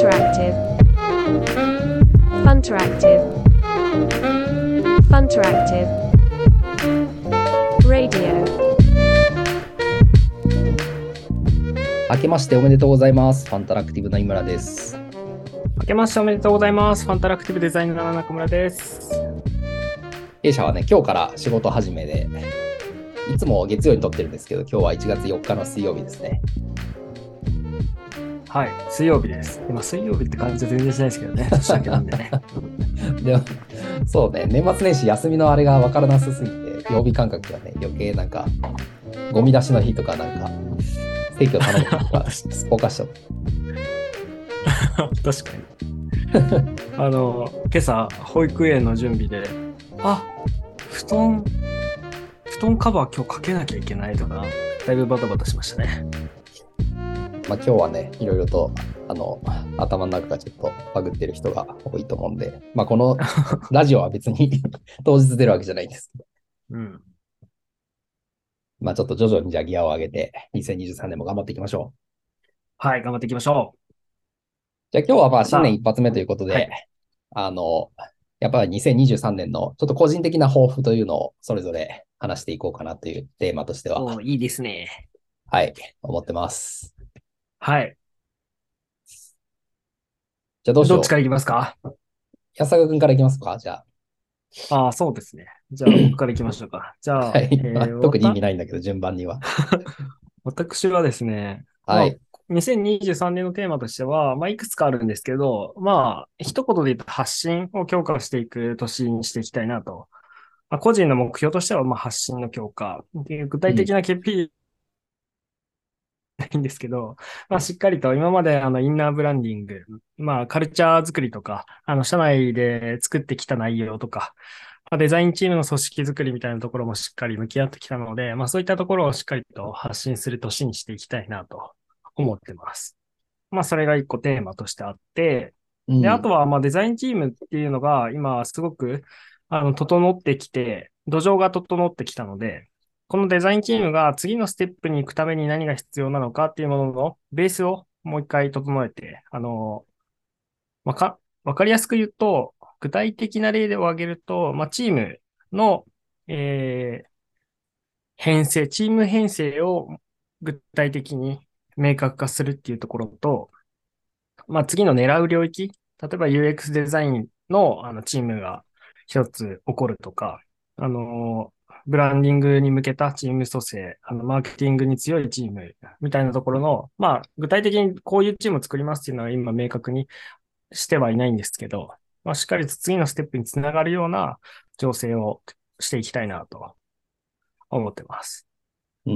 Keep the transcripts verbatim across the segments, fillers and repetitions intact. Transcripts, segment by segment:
Funteractive Funteractive Funteractive Radio 明けましておめでとうございます。ファンタラクティブな井村です。 明けましておめでとうございます。ファンタラクティブデザイナーの中村です。 弊社はね、今日から仕事始めで、いつも月曜に撮ってるんですけど、今日はいちがつよっかの水曜日ですね。 はい、水曜日です。今、水曜日って感じは全然しないですけどね、年明けなんでね。 でも、そうね、年末年始休みのあれが分からなさすぎて、曜日感覚がね、余計なんか、ゴミ出しの日とかなんか、正規を頼むとか、すっぽかしちゃった。 確かに。あの、今朝、保育園の準備で、あ、布団、布団カバー今日かけなきゃいけないとか、だいぶバタバタしましたね。 まあ、今日はね、いろいろとあの頭の中がちょっとバグってる人が多いと思うんで、まあ、このラジオは別に当日出るわけじゃないんですけど、 うん、 まあ、ちょっと徐々にじゃあギアを上げて、にせんにじゅうさんねんも頑張っていきましょう。 はい、頑張っていきましょう。 じゃあ今日はまあ新年一発目ということで、 はい、 あの、やっぱりにせんにじゅうさんねんのちょっと個人的な抱負というのをそれぞれ話していこうかなというテーマとしては、 おいいですね。 はい、思ってます。 はい。 じゃあどうしよう。 どっちからいきますか？ 安坂君からいきますか、じゃああ、そうですね。じゃあ、僕からいきましょうか。じゃあ。はあ、えい。まあ、 ー、 特に意わた味ないんだけど、順番には。 私はですね、まあ、 はい。 にせんにじゅうさんねんのテーマとしては、まあ、いくつかあるんですけど、まあ、一言で言うと発信を強化していく年にしていきたいなと。まあ、個人の目標としては、まあ、発信の強化っていう具うん。 体的な ケーピーアイ ないんですけど、まあ、しっかりと今まであのインナーブランディング、まあ、カルチャー作りとか、あの、社内で作ってきた内容とか、まあ、デザインチームの組織作りみたいなところもしっかり向き合ってきたので、まあ、そういったところをしっかりと発信する年にしていきたいなと思ってます。まあ、それが一個テーマとしてあって、で、あうん。 とは、まあ、デザインチームっていうのが今すごく、あの、整ってきて、土壌が整ってきたので、このデザインチームが次のステップに行くために何が必要なのかっていうもののベースをもう一回整えて、あの、わか、わかりやすく言うと、具体的な例でを挙げると、まあ、チームの、えー編成、チーム編成を具体的に明確化するっていうところと、まあ、次の狙う領域、例えば ユーエックス デザインの、あのチームが一つ起こるとか、あの、ブランディングに向けたチーム組成、あの、マーケティングに強いチームみたいなところの、まあ、具体的にこういうチームを作りますっていうのは今明確にしてはいないんですけど、まあ、しっかりと次のステップにつながるような調整をしていきたいなと思ってます。 うん。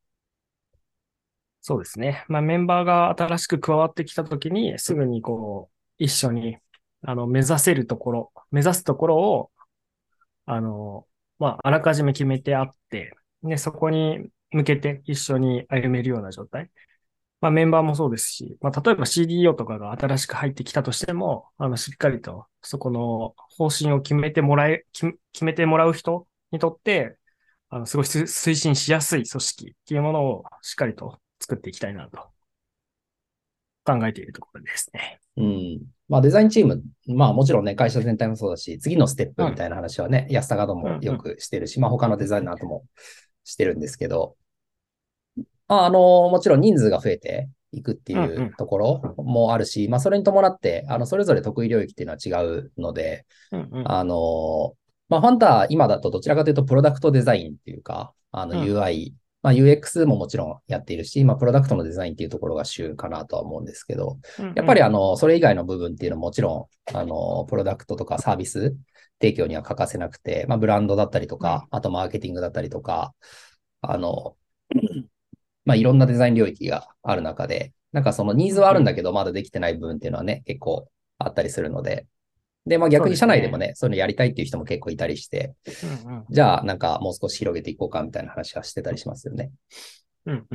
そうですね。まあ、メンバーが新しく加わってきたときに、すぐにこう、一緒に、あの、目指せるところ、目指すところを、あの、まあ、あらかじめ決めてあって、で、そこに向けて一緒に歩めるような状態。まあ、メンバーもそうですし、まあ、例えば シーディーオー とかが新しく入ってきたとしても、あの、しっかりと、そこの方針を決めてもらえ、決決めてもらう人にとって、あの、すごい推推進しやすい組織っていうものをしっかりと作っていきたいなと考えているところですね。 うん。まあデザインチーム、まあもちろんね、会社全体もそうだし、次のステッうん、 プみたいな話はね、安高とうん、うもよん、 くしてるし、まあ他のデザイナーともしてるんですけど、まああの、もちろん人数が増えていくってうん、 いうん、 うところもあるし、まあそれに伴って、あの、それぞれ得意領域っていうのは違うので、 うん、うん、 あの、まあファンタ今だとどちらかというとプロダクトデザインっていうか、あのうん、 ユーアイ、まあ ユーエックス ももちろんやっているし、まあプロダクトのデザインっていうところが主かなとは思うんですけど、 うん、 やっぱりあの、それ以外の部分っていうのはもちろん、あの、プロダクトとかサービス提供には欠かせなくて、まあブランドだったりとうん、 か、あとマーケティングだったりとか、あの、まあいろんなデザイン領域がある中で、なんかそのニーうん、 ズはあうん。 るんだけど、まだできてない部分っていうのはね、結構あったりするので、で、まあそう逆にですね。 社内でもね、そういうのやりたいっていう人も結構いたりして、 うん、うん、 じゃあなんかもう少し広げていこうかみたいな話はしてたりしますよね。 うん、うん。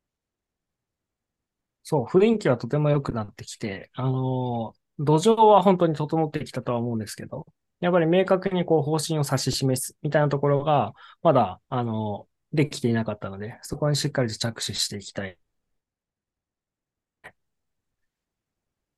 そう、雰囲気はとても良くなってきて、あのー土壌は本当に整ってきたとは思うんですけど、やっぱり明確にこう方針を指し示すみたいなところが、まだ、あのーできていなかったので、そこにしっかりと着手していきたい。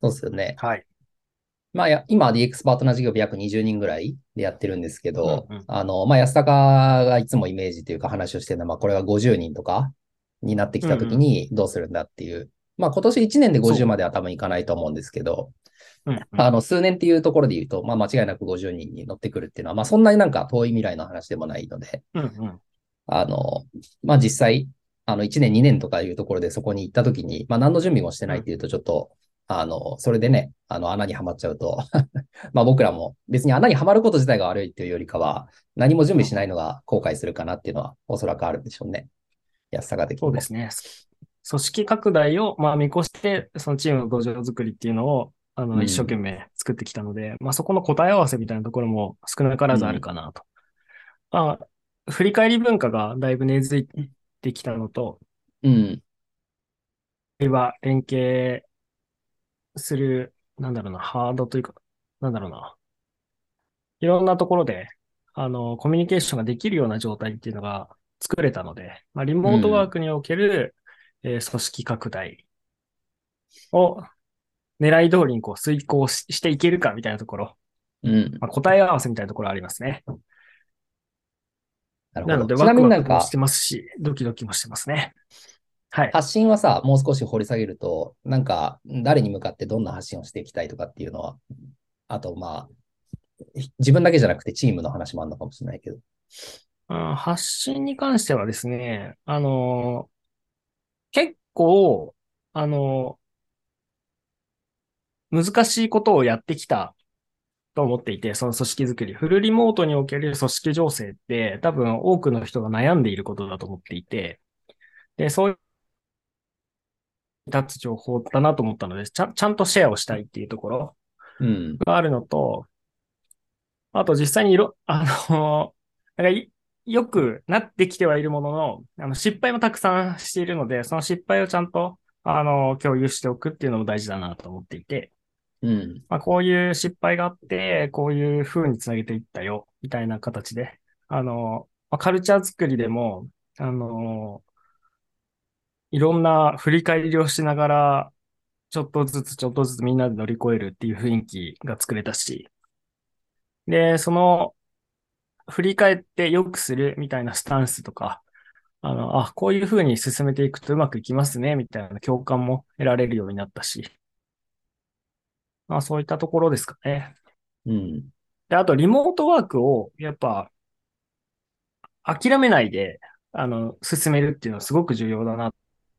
そうですよね。 はい。 まあ、や今 ディーエックス パートナー事業部約にじゅうにんぐらいでやってるんですけど、 うんうん。 あの、まあ、安高がいつもイメージというか話をしてるのは、まあ、これがごじゅうにんとかになってきたときうんうん。 にどうするんだっていう。まあ、今年いちねんでごじゅうそまでは多分いかないと思うんですけど、 う。うんうん。 あの、数年っていうところで言うと、まあ、間違いなくごじゅうにんにんに乗ってくるっていうのは、まあ、そんなになんか遠い未来の話でもないので、 うんうん。 あの、まあ、実際、あの、いちねん、にねんとかいうところでそこに行ったときに、まあ、何の準備もしてうん。 ないっていうと、ちょっと、あの、それでね、あの、穴にはまっちゃうとまあ、僕らも別に穴にはまること自体が悪いっていうよりかは、何も準備しないのが後悔するかなっていうのは、おそらくあるんでしょうね。安坂的にも。 そうですね。組織拡大を、まあ、見越して、そのチームの土壌作りっていうのを、あの、一生うん。 懸命作ってきたので、まあ、そこの答え合わせみたいなところも少なからずあるうん。 かなと。まあ、振り返り文化がだいぶ根付いてきたのと、 うん。 は連携する、なんだろうな、ハードというか、なんだろうな、いろんなところで、あの、コミュニケーションができるような状態っていうのが作れたので、まあ、リモートワーうん。 クにおける、えー組織拡大を狙い通りにこう遂行し、していけるかみたいなところ、 うん。 まあ、答え合わせみたいなところありますね。 なるほど。 なので、 ちなみワクワになんか、 クもしてますし、ドキドキもしてますね。はい。 発信はさ、もう少し掘り下げると、なんか、誰に向かってどんな発信をしていきたいとかっていうのは、あと、まあ、自分だけじゃなくてチームの話もあるのかもしれないけど。 うん、発信に関してはですね、あの、結構、あの、難しいことをやってきたと思っていて、その組織づくり。フルリモートにおける組織情勢って多分多くの人が悩んでいることだと思っていて、で、そういう立つ情報だなと思ったので、ちゃん、ちゃんとシェアをしたいっていうところうん。 があるのと、あと実際にいろ、あの、なんかいよくなってきてはいるものの、あの失敗もたくさんしているので、その失敗をちゃんと、あの、共有しておくっていうのも大事だなと思っていて、 うん。 まあ、こういう失敗があって、こういう風につなげていったよ、みたいな形で、あの、まあ、カルチャー作りでも、あの、いろんな振り返りをしながら、ちょっとずつちょっとずつみんなで乗り越えるっていう雰囲気が作れたし、で、その振り返って良くするみたいなスタンスとか、あの、あ、こういう風に進めていくとうまくいきますね、みたいな共感も得られるようになったし、まあそういったところですかね。 うん。 で、あとリモートワークをやっぱ諦めないで、あの、進めるっていうのはすごく重要だな。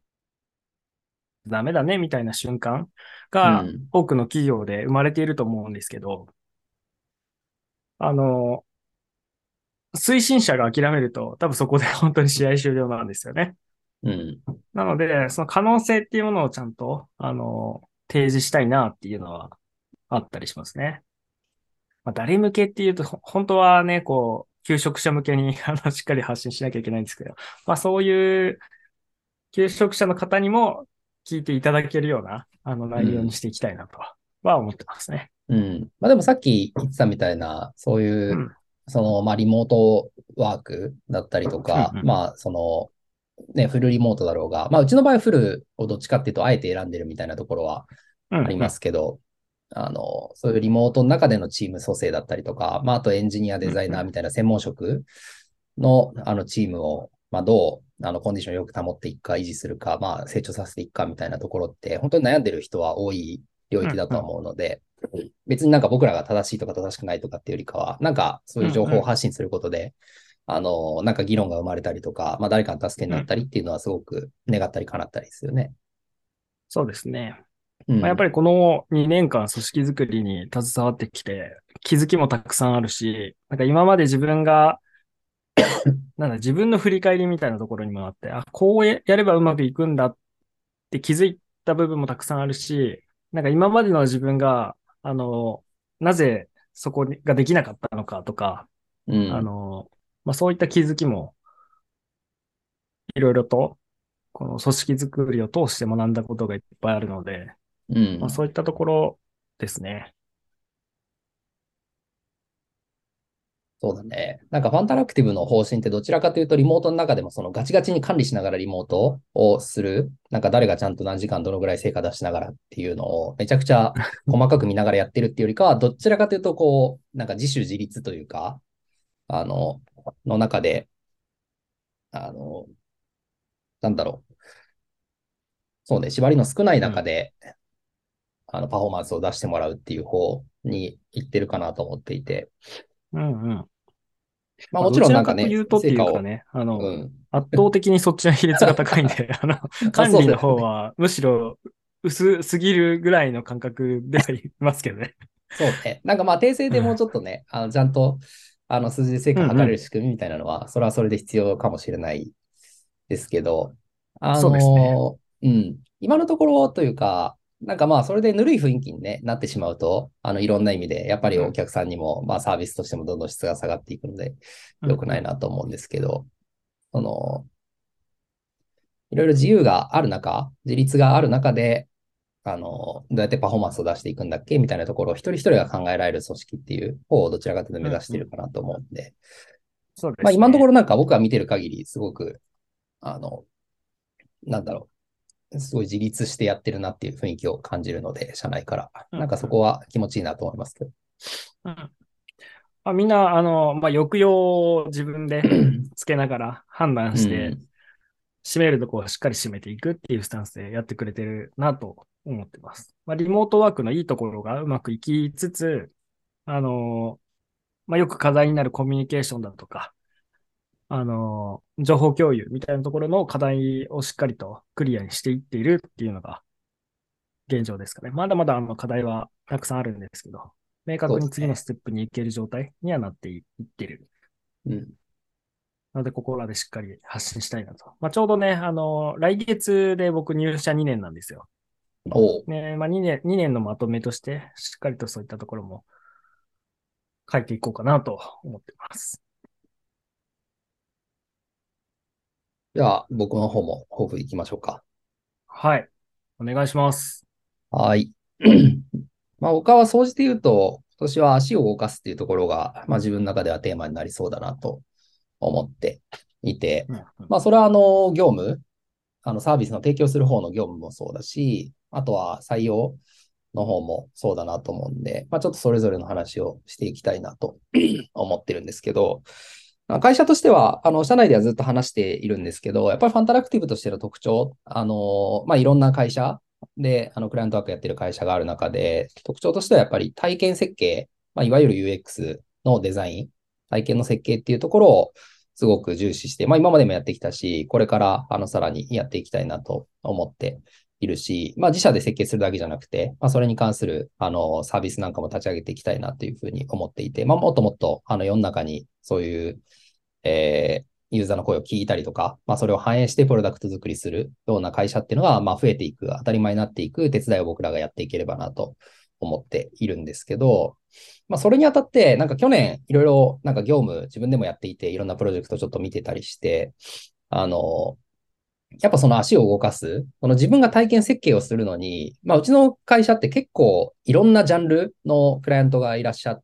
ダメだね、みたいな瞬間がうん。 多くの企業で生まれていると思うんですけど、あの、推進者が諦めると多分そこで本当に試合終了なんですよね。 うん。 なので、その可能性っていうものをちゃんと、あの、提示したいなっていうのはあったりしますね。まあ、誰向けっていうと、ほ本当はね、こう、求職者向けにあのしっかり発信しなきゃいけないんですけど、まあそういう求職者の方にも聞いていただけるような、あの内容にうん。 していきたいなとは思ってますね。 うん。まあでもさっき言ってたみたいな、そういう、 うん。 その、まあリモートワークだったりとか、 うんうん。 まあその、ね、フルリモートだろうが、まあうちの場合はフルをどっちかっていうと、あえて選んでるみたいなところはありまうんうん。 すけど、あの、そういうリモートの中でのチーム組成だったりとか、まああとエンジニア、デザイうんうん。 ナーみたいな専門職の、あのチームを、まあどう、あの、コンディションをよく保っていくか、維持するか、まあ成長させていくかみたいなところって、本当に悩んでる人は多い領域だとはうんうん。 思うので、別になんか僕らが正しいとか正しくないとかっていうよりかは、なんかそういう情報をうんうん。 発信することで、あの、なんか議論が生まれたりとか、まあ誰かの助けになったりっうんうん。 ていうのはすごく願ったり叶ったりですよね。 そうですね。まあ、やっぱうん。 りこのにねんかん組織づくりに携わってきて、気づきもたくさんあるし、なんか今まで自分が、なんだ、自分の振り返りみたいなところにもあって、あ、こうややればうまくいくんだって気づいた部分もたくさんあるし、なんか今までの自分が、あの、なぜそこができなかったのかとか、あうん。 の、まあ、そういった気づきもいろいろと、この組織づくりを通して学んだことがいっぱいあるので、まあ、 うん。 そういったところですね。 そうだね。なんかファンタラクティブの方針ってどちらかというとリモートの中でもそのガチガチに管理しながらリモートをする。なんか誰がちゃんと何時間どのぐらい成果出しながらっていうのをめちゃくちゃ細かく見ながらやってるっていうよりかは、どちらかというとこう、なんか自主自立というか、あの、の中で、あの、なんだろう。そうね、縛りの少ないうん。 中で、あの、パフォーマンスを出してもらうっていう方に行ってるかなと思っていて。 うんうん。 まあもちまあどちらろんなんかね、 かというとって成果を、 いうかね、あの、 うん。 圧倒的にそっちの比率が高いんで、あの、 まあそう管理のだよね。 方はむしろ薄すぎるぐらいの感覚ではいますけどね。 そうね。なんかまあ訂正でもううん。 ちょっとね、あのちゃんとあの数字で成果測れるうんうん。 仕組みみたいなのは、それはそれで必要かもしれないですけど、あそうですね。 の、うん、今のところというか、なんかまあそれでぬるい雰囲気に、ね、なってしまうと、あのいろんな意味で、やっぱりおうん。 客さんにも、まあサービスとしてもどんどん質が下がっていくので、良くないうんうん。 なと思うんですけど、その、いろいろ自由がある中、自立がある中で、あの、どうやってパフォーマンスを出していくんだっけみたいなところを一人一人が考えられる組織っていう方をどちらかというと目指していうんうん。 るかなと思うんで、 そうでまあ今のとこすね。 ろなんか僕が見てる限り、すごく、あの、なんだろう、すごい自立してやってるなっていう雰囲気を感じるので、社内から。なんかそこうんうん。 は気持ちいいなと思いますけど。 うん。まあ、みんな、あの、まあ、抑揚を自分でつけながら判断して、 うん。 締めるところをしっかり締めていくっていうスタンスでやってくれてるなと思ってます。まあ、リモートワークのいいところがうまくいきつつ、あの、まあ、よく課題になるコミュニケーションだとか、あの、情報共有みたいなところの課題をしっかりとクリアにしていっているっていうのが現状ですかね。まだまだあの課題はたくさんあるんですけど、明確に次のスそうですね。 テップに行ける状態にはなっていってる。 うん。 なので、ここらでしっかり発信したいなと。まあ、ちょうどね、あの、来月で僕入社にねんなんですよ。 おう。 ね、まあ、にねん、にねんのまとめとして、しっかりとそういったところも書いていこうかなと思ってます。 じゃあ僕の方も抱負いきましょうか。 はい。お願いします。 はい。まあ他は総じて言うと、今年は足を動かすっていうところが、まあ自分の中ではテーマになりそうだなと思っていて、 うん、うん、 まあそれはあの業務、あのサービスの提供する方の業務もそうだし、あとは採用の方もそうだなと思うんで、まあちょっとそれぞれの話をしていきたいなと思ってるんですけど、会社としては、あの、社内ではずっと話しているんですけど、やっぱりファンタラクティブとしての特徴、あの、まあ、いろんな会社で、あの、クライアントワークやってる会社がある中で、特徴としてはやっぱり体験設計、まあ、いわゆる ユーエックス のデザイン、体験の設計っていうところをすごく重視して、まあ、今までもやってきたし、これから、あの、さらにやっていきたいなと思っているし、まあ、自社で設計するだけじゃなくて、まあ、それに関する、あの、サービスなんかも立ち上げていきたいなというふうに思っていて、まあ、もっともっと、あの、世の中にそういうえーユーザーの声を聞いたりとか、まあ、それを反映してプロダクト作りするような会社っていうのが、まあ、増えていく、当たり前になっていく手伝いを僕らがやっていければなと思っているんですけど、まあ、それにあたって、なんか去年いろいろなんか業務自分でもやっていて、いろんなプロジェクトちょっと見てたりして、あの、やっぱその足を動かす、その自分が体験設計をするのに、まあ、うちの会社って結構いろんなジャンルのクライアントがいらっしゃって、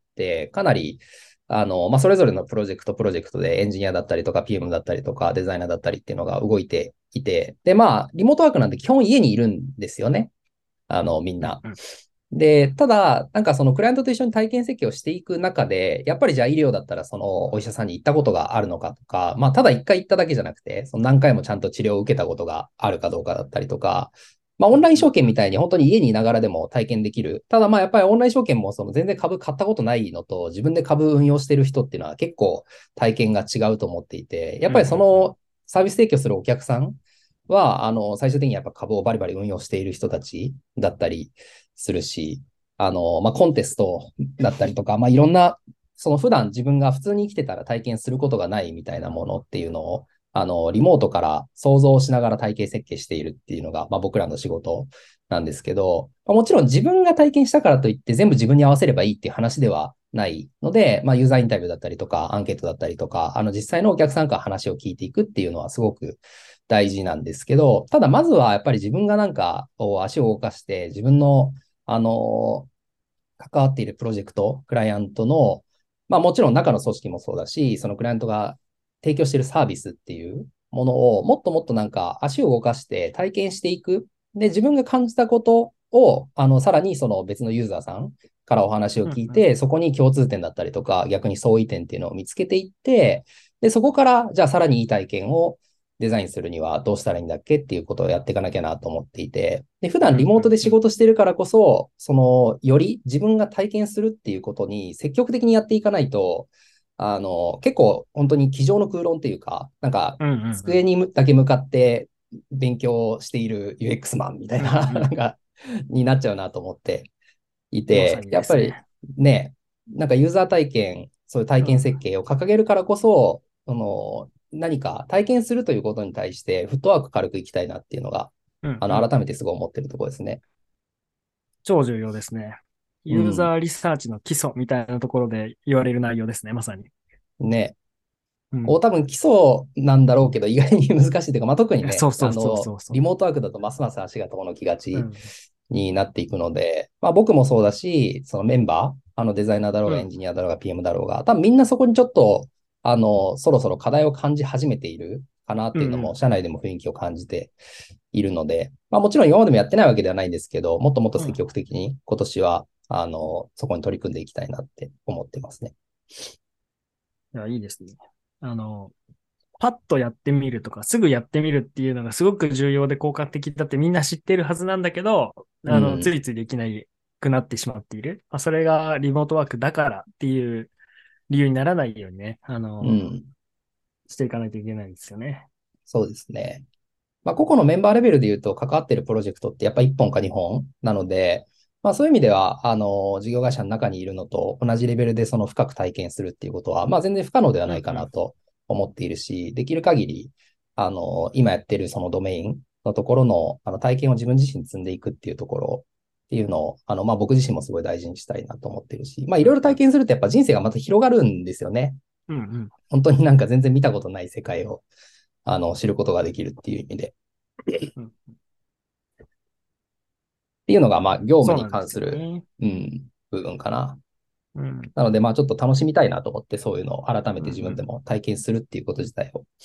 かなり、あの、まあ、それぞれのプロジェクト、プロジェクトでエンジニアだったりとか、ピーエム だったりとか、デザイナーだったりっていうのが動いていて、で、まあ、リモートワークなんで基本家にいるんですよね。あの、みんうん、 な。 うん、 で、ただ、なんかそのクライアントと一緒に体験設計をしていく中で、やっぱりじゃあ医療だったらそのお医者さんに行ったことがあるのかとか、まあただ一回行っただけじゃなくて、その何回もちゃんと治療を受けたことがあるかどうかだったりとか、まあオンライン証券みたいに本当に家にいながらでも体験できる。ただまあやっぱりオンライン証券もその全然株買ったことないのと自分で株運用してる人っていうのは結構体験が違うと思っていて、やっうん、うぱりそん、 のサービス提供するお客さんは、あの、最終的にやっぱ株をバリバリ運用している人たちだったりするし、あの、まあ、コンテストだったりとか、まあ、いろんな、その普段自分が普通に生きてたら体験することがないみたいなものっていうのを、あの、リモートから想像しながら体系設計しているっていうのが、まあ、僕らの仕事なんですけど、まあもちろん自分が体験したからといって全部自分に合わせればいいっていう話ではないので、まあ、ユーザーインタビューだったりとか、アンケートだったりとか、あの、実際のお客さんから話を聞いていくっていうのはすごく大事なんですけど、ただまずはやっぱり自分がなんか足を動かして自分の、あの、関わっているプロジェクト、クライアントの、 まあもちろん中の組織もそうだし、そのクライアントが提供しているサービスっていうものをもっともっとなんか足を動かして体験していく。で、自分が感じたことを、あの、さらにその別のユーザーさんからお話をうんうん。 聞いて、そこに共通点だったりとか、逆に相違点っていうのを見つけていって、で、そこから、じゃあさらにいい体験をデザインするにはどうしたらいいんだっけっていうことをやっていかなきゃなと思っていて、で、普段リうんモートで仕うんうん。 事してるからこそ、その、より自分が体験するっていうことに積極的にやっていかないと、あの、結構本当に机上の空論っていうか、なんか、 うんうんうん。 机にだけ向かって勉強している ユーエックス マンみたいうんな、 うん。 なんか、になっちゃうなと思っていて、 まさにやっぱりですね。 ね、なんかユーザー体験、そういう体験うん。 設計を掲げるからこそ、その何か体験するということに対してフットワーク軽くいきたいなっていうのが、あの、 うんうん。 改めてすごい思ってるところですね。 超重要ですね。 うん。 ユーザーリサーチの基礎みたいなところで言われる内容ですね、まさに。 ね。 うん。 こう多分基礎なんだろうけど、意外に難しいというか、まあ、特にね、 そうそうそうあの、 そうそリモートワークだとますます足が遠のきがう。うちん。 になっていくので、まあ、僕もそうだし、そのメンバー、あのデザイナーだろうがエンうん。 ジニアだろうが ピーエム だろうが、多分みんなそこにちょっと、あの、そろそろ課題を感じ始めているかなっていうのも、 うんうん。 社内でも雰囲気を感じているので、まあ、もちろん今までもやってないわけではないんですけど、もっともっとうん。 積極的に今年は、あの、そこに取り組んでいきたいなって思ってますね。 いや、いいですね。あの、パッとやってみるとか、すぐやってみるっていうのがすごく重要で効果的だってみんな知ってるはずなんだけど、あの、つうん。 いついできなくなってしまっている。まあ、それがリモートワークだからっていう理由にならないようにね、あの、 うん。 していかないといけないんですよね。 そうですね。まあ、個々のメンバーレベルで言うと、関わっているプロジェクトってやっぱいっぽんかにほんなので、まあ、そういう意味では、あの、事業会社の中にいるのと同じレベルでその深く体験するっていうことは、まあ、全然不可能ではないかなうんと思っているし、できる限り、あの、今やってるそのドメインのところの、あの体験を自分自身積んでいくっていうところっていうのを、あの、まあ、僕自身もすごい大事にしたいなと思ってるし、まあ、いろいろ体うん。 験するとやっぱ人生がまた広がるんですよね。 うんうん。 本当になんか全然見たことない世界を、あの、知ることができるっていう意味で。 うん。 っていうのが、まあ、業務にそうなんです関する、 よね。 うん、部分かな。 うん。 なので、まあ、ちょっと楽しみたいなと思って、そういうのを改めて自分でうんうん。 も体験するっていうこと自体を。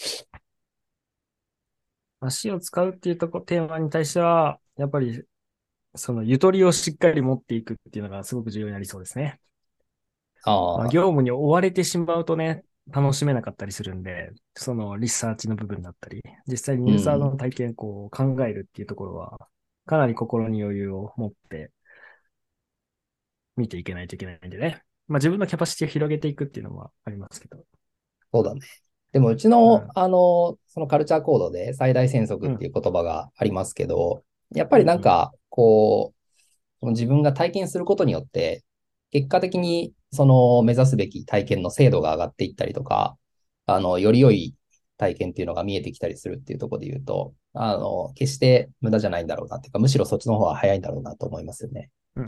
足を使うっていうとこ、テーマに対しては、やっぱり、そのゆとりをしっかり持っていくっていうのがすごく重要になりそうですね。まあ、 ああ、 業務に追われてしまうとね、楽しめなかったりするんで、そのリサーチの部分だったり、実際にユーザーうん、 の体験をこう考えるっていうところは、かなり心に余裕を持って見ていけないといけないんでね。まあ自分のキャパシティを広げていくっていうのはありますけど。 そうだね。でも、うちの、 うん。 あの、そのカルチャーコードで最大戦速うん。 っていう言葉がありますけど、やっぱりうん。うん。 なんか、こう、自分が体験することによって、結果的にその目指すべき体験の精度が上がっていったりとか、あの、より良い体験っていうのが見えてきたりするっていうところで言うと、あの、決して無駄じゃないんだろうなっていうか、むしろそっちの方が早いんだろうなと思いますよね。 うん。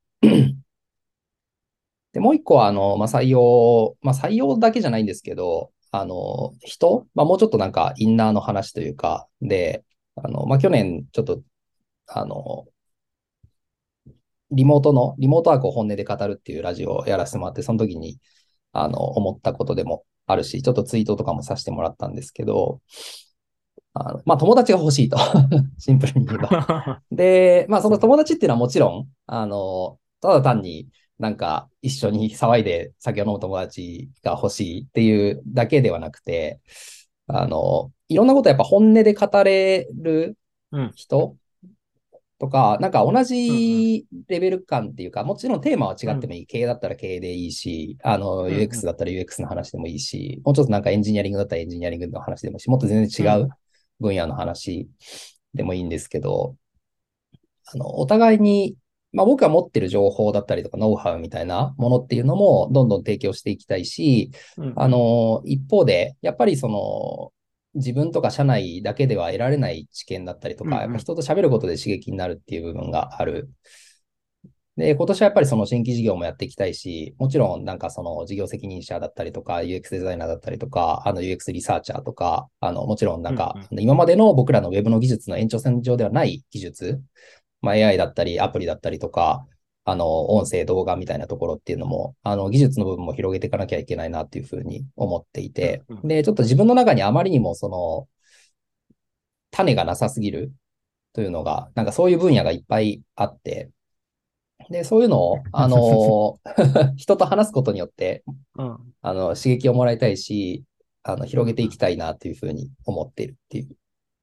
で、もう一個は、あの、まあ、採用、まあ、採用だけじゃないんですけど、あの、人、まあ、もうちょっとなんかインナーの話というか、で、あの、まあ、去年、ちょっと、あの、リモートの、リモートワークを本音で語るっていうラジオをやらせてもらって、その時に、あの、思ったことでもあるし、ちょっとツイートとかもさせてもらったんですけど、あの、まあ、友達が欲しいとシンプルに言えば。で、まあ、そのそう。 友達っていうのはもちろん、あの、ただ単になんか一緒に騒いで酒を飲む友達が欲しいっていうだけではなくて、あの、いろんなことやっぱ本音で語れるうん。 人とか、なんか同うん。 じレベル感っていうか、もちろんテーマは違うん。 ってもいい。経営だったら経営でいいし、あの、 うん。うユーエックスん。 だったら ユーエックス の話でもいいし、もうちょっとなんかエンジニアリングだったらエンジニアリングの話でもいいし、もっと全然違ううん。 分野の話でもいいんですけど、あの、お互いに、まあ僕が持ってる情報だったりとかノウハウみたいなものっていうのもどんどん提供していきたいし、 うん。 あうん。 の、一方で、やっぱりその、自分とか社内だけでは得られない知見だったりとか、やっぱうん。 人と喋ることで刺激になるっていう部分がある。で、今年はやっぱりその新規事業もやっていきたいし、もちろんなんかその事業責任者だったりとか、ユーエックス デザイナーだったりとか、あの ユーエックス リサーチャーとか、あの、もちろんなんかうん。 今までの僕らのウェブの技術の延長線上ではない技術、まあ、エーアイ だったり、アプリだったりとか、 あの、音声、動画みたいなところっていうのも、あの、技術の部分も広げていかなきゃいけないなっていうふうに思っていて、 うんうん。 で、ちょっと自分の中にあまりにもその、種がなさすぎるというのが、なんかそういう分野がいっぱいあって、で、そういうのを、あの、人と話すことによって、 うん。 あの、刺激をもらいたいし、あの、広げていきうんうん。 たいなっていうふうに思っているっていう。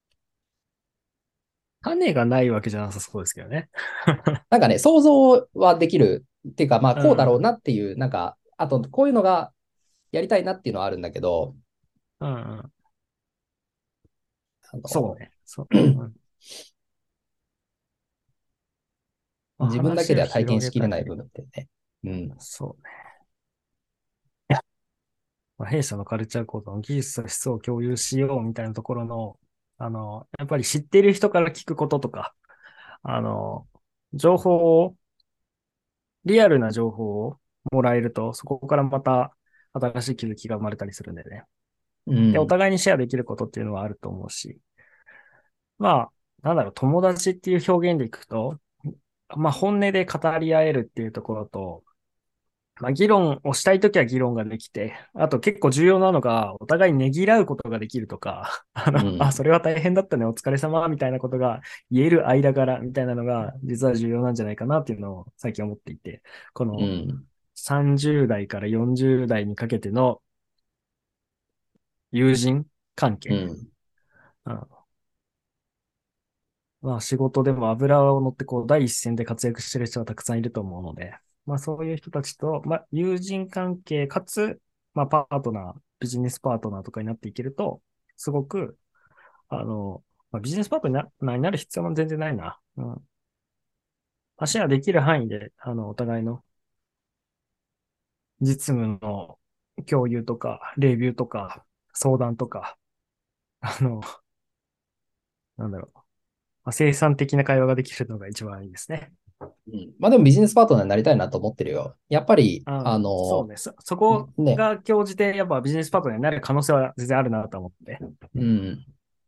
種がないわけじゃなさそうですけどね。 なんかね、想像はできるっていうか、まあ、こうだろううん。 なっていう、なんか、あと、こういうのがやりたいなっていうのはあるんだけど、 うんうん。 あの、 そうね。そう。うん。まあ、 自分だけ話をでは体験広げたり、 しきれない部分ってね。うん。 そうね。まあ、弊社のカルチャーコードの技術と質を共有しようみたいなところの、あの、やっぱり知っている人から聞くこととか、あの、情報を、リアルな情報をもらえると、そこからまた新しい気づきが生まれたりするんでね。で、おうん。 互いにシェアできることっていうのはあると思うし、まあ、なんだろう、友達っていう表現でいくと、まあ、本音で語り合えるっていうところと、まあ、議論をしたいときは議論ができて、あと結構重要なのが、お互いねぎらうことができるとか、あの、あ、 うん。 それは大変だったね、お疲れ様、みたいなことが言える間柄みたいなのが、実は重要なんじゃないかなっていうのを最近思っていて、このうん。 さんじゅう代からよんじゅう代にかけての友人関係。 うん。 うん、まあ仕事でも油を乗ってこう第一線で活躍してる人はたくさんいると思うので、まあそういう人たちと、まあ友人関係かつ、まあパートナー、ビジネスパートナーとかになっていけると、すごく、あの、まあ、ビジネスパートナーになる必要も全然ないな。うん。まあシェアできる範囲で、あの、お互いの実務の共有とか、レビューとか、相談とか、あの、なんだろう。まあ、生産的な会話ができるのが一番いいですね。 うん。まあでもビジネスパートナーになりたいなと思ってるよ。やっぱり、あああ、そうの、 ね。そ、そこね、 が教じて、やっぱビジネスパートナーになる可能性は全然あるなと思って。 うん。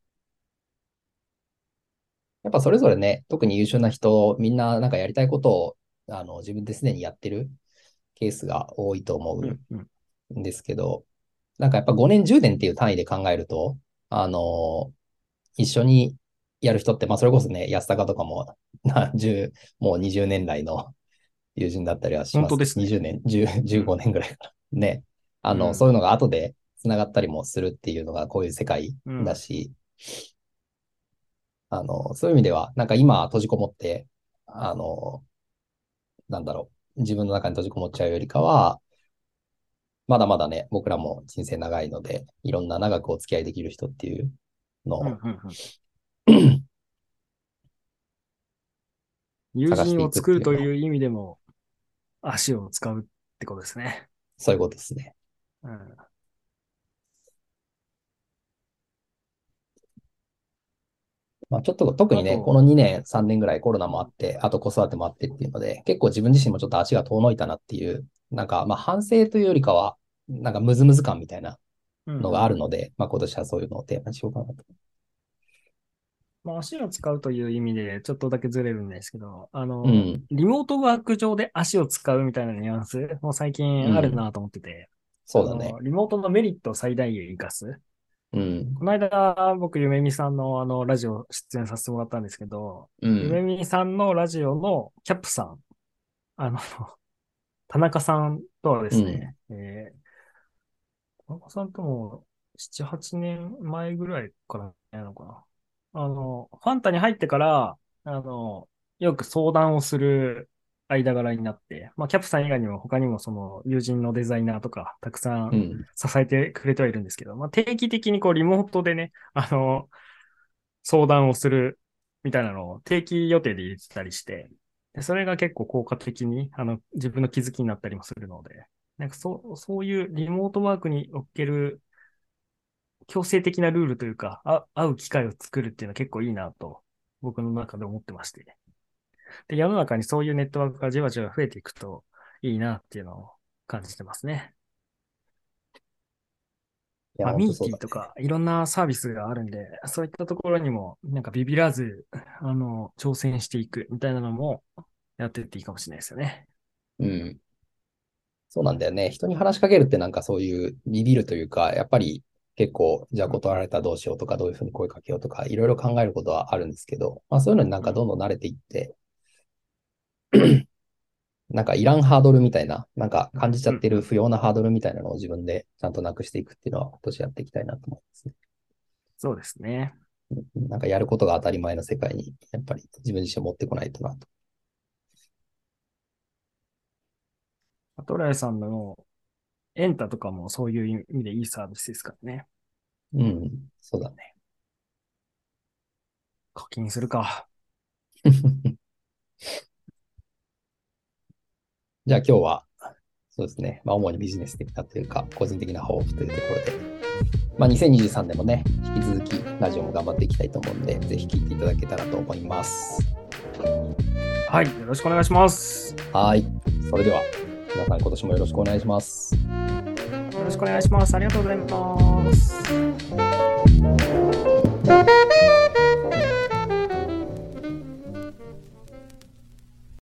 やっぱそれぞれね、特に優秀な人、みんななんかやりたいことを、あの、自分ですでにやってるケースが多いと思うん、うん、 うんですけど、なんかやっぱごねん、じゅうねんっていう単位で考えると、あの、一緒にやる人って、まあそれこそね、安高とかも、な、じゅう、もうにじゅうねん来の友人だったりはし本ますけど、 当ですね。 にじゅうねん、じゅう、15 うん、 年ぐらいからね。あの、そういううん、 のが後で繋がったりもするっていうのがこういう世界うん、 だし、あの、そういう意味では、なんか今閉じこもって、あの、なんだろう、自分の中に閉じこもっちゃうよりかは、まだまだね、僕らも人生長いので、いろんな長くお付き合いできる人っていうのうん、 をうん。友探してい人を作るくっていうのは、 という意味でも足を使うってことですね。 そういうことですね。 うん。 まあ、ちょっと特にね、こあと、 のにねん、さんねんぐらいコロナもあって、あと子育てもあってっていうので、結構自分自身もちょっと足が遠のいたなっていう、なんかまあ反省というよりかは、なんかムズムズ感みたいなうん、うん、 のがあるうん。 ので、まあ今年はそういうのをテーマにしようかなと。 まあ、足を使うという意味でちょっとだけずれるんですけど、あの、 うん、 リモートワーク上で足を使うみたいなニュアンスも最近あるうん、 なと思ってて、 そうだね。 あの、リモートのメリットを最大限活かす。 うん、 この間、僕、ゆめみさんのあの、ラジオ出演させてもらったんですけど、ゆめうん、 みさんのラジオのキャップさん、あの、田中さんとはでうん、 すね、えー、田中さんともなな、はちねんまえぐらいからやるのかな。あの、ファンタに入ってから、あの、よく相談をする間柄になって、まあ、キャップさん以外にも他にもその友人のデザイナーとかたくさんうん、 支えてくれてはいるんですけど、まあ、定期的にこうリモートでね、あの、相談をするみたいなのを定期予定で入れてたりして、でそれが結構効果的に、あの、自分の気づきになったりもするので、なんかそう、そういうリモートワークにおける強制的なルールというか、あ会う機会を作るっていうのは結構いいなと、僕の中で思ってまして。で、世の中にそういうネットワークがじわじわ増えていくといいなっていうのを感じてますね。 いや、 まあ、 本当ミーそうだね。 ティーとかいろんなサービスがあるんで、そういったところにもなんかビビらず、あの、挑戦していくみたいなのもやっていっていいかもしれないですよね。 うん。そうなんだよね。人に話しかけるってなんかそういうビビるというか、やっぱり結構、じゃあうん断られたらどうしようとか、どういうふうに声かけようとか、いろいろ考えることはあるんですけど、まあそういうのになんうんかどんどん慣れていって、なんかいらんハードルみたいな、なんか感じちゃうんうん。 ってる不要なハードルみたいなのを自分でちゃんとなくしていくっていうのは今年やっていきたいなと思いますね。 そうですね。 なんかやることが当たり前の世界に、やっぱり自分自身持ってこないとなと。 アトライさんのエンタとかもそういう意味でいいサービスですからね。 うん、そうだね。 課金するか。 じゃあ今日は、そうですね、まあ主にビジネス的なというか、個人的な抱負というところで、まあにせんにじゅうさんねんもね、引き続きラジオも頑張っていきたいと思うんで、ぜひ聞いていただけたらと思います。 はい。よろしくお願いします。 はい。それでは、皆さん今年もよろしくお願いします。 よろしくお願いします。ありがとうございます。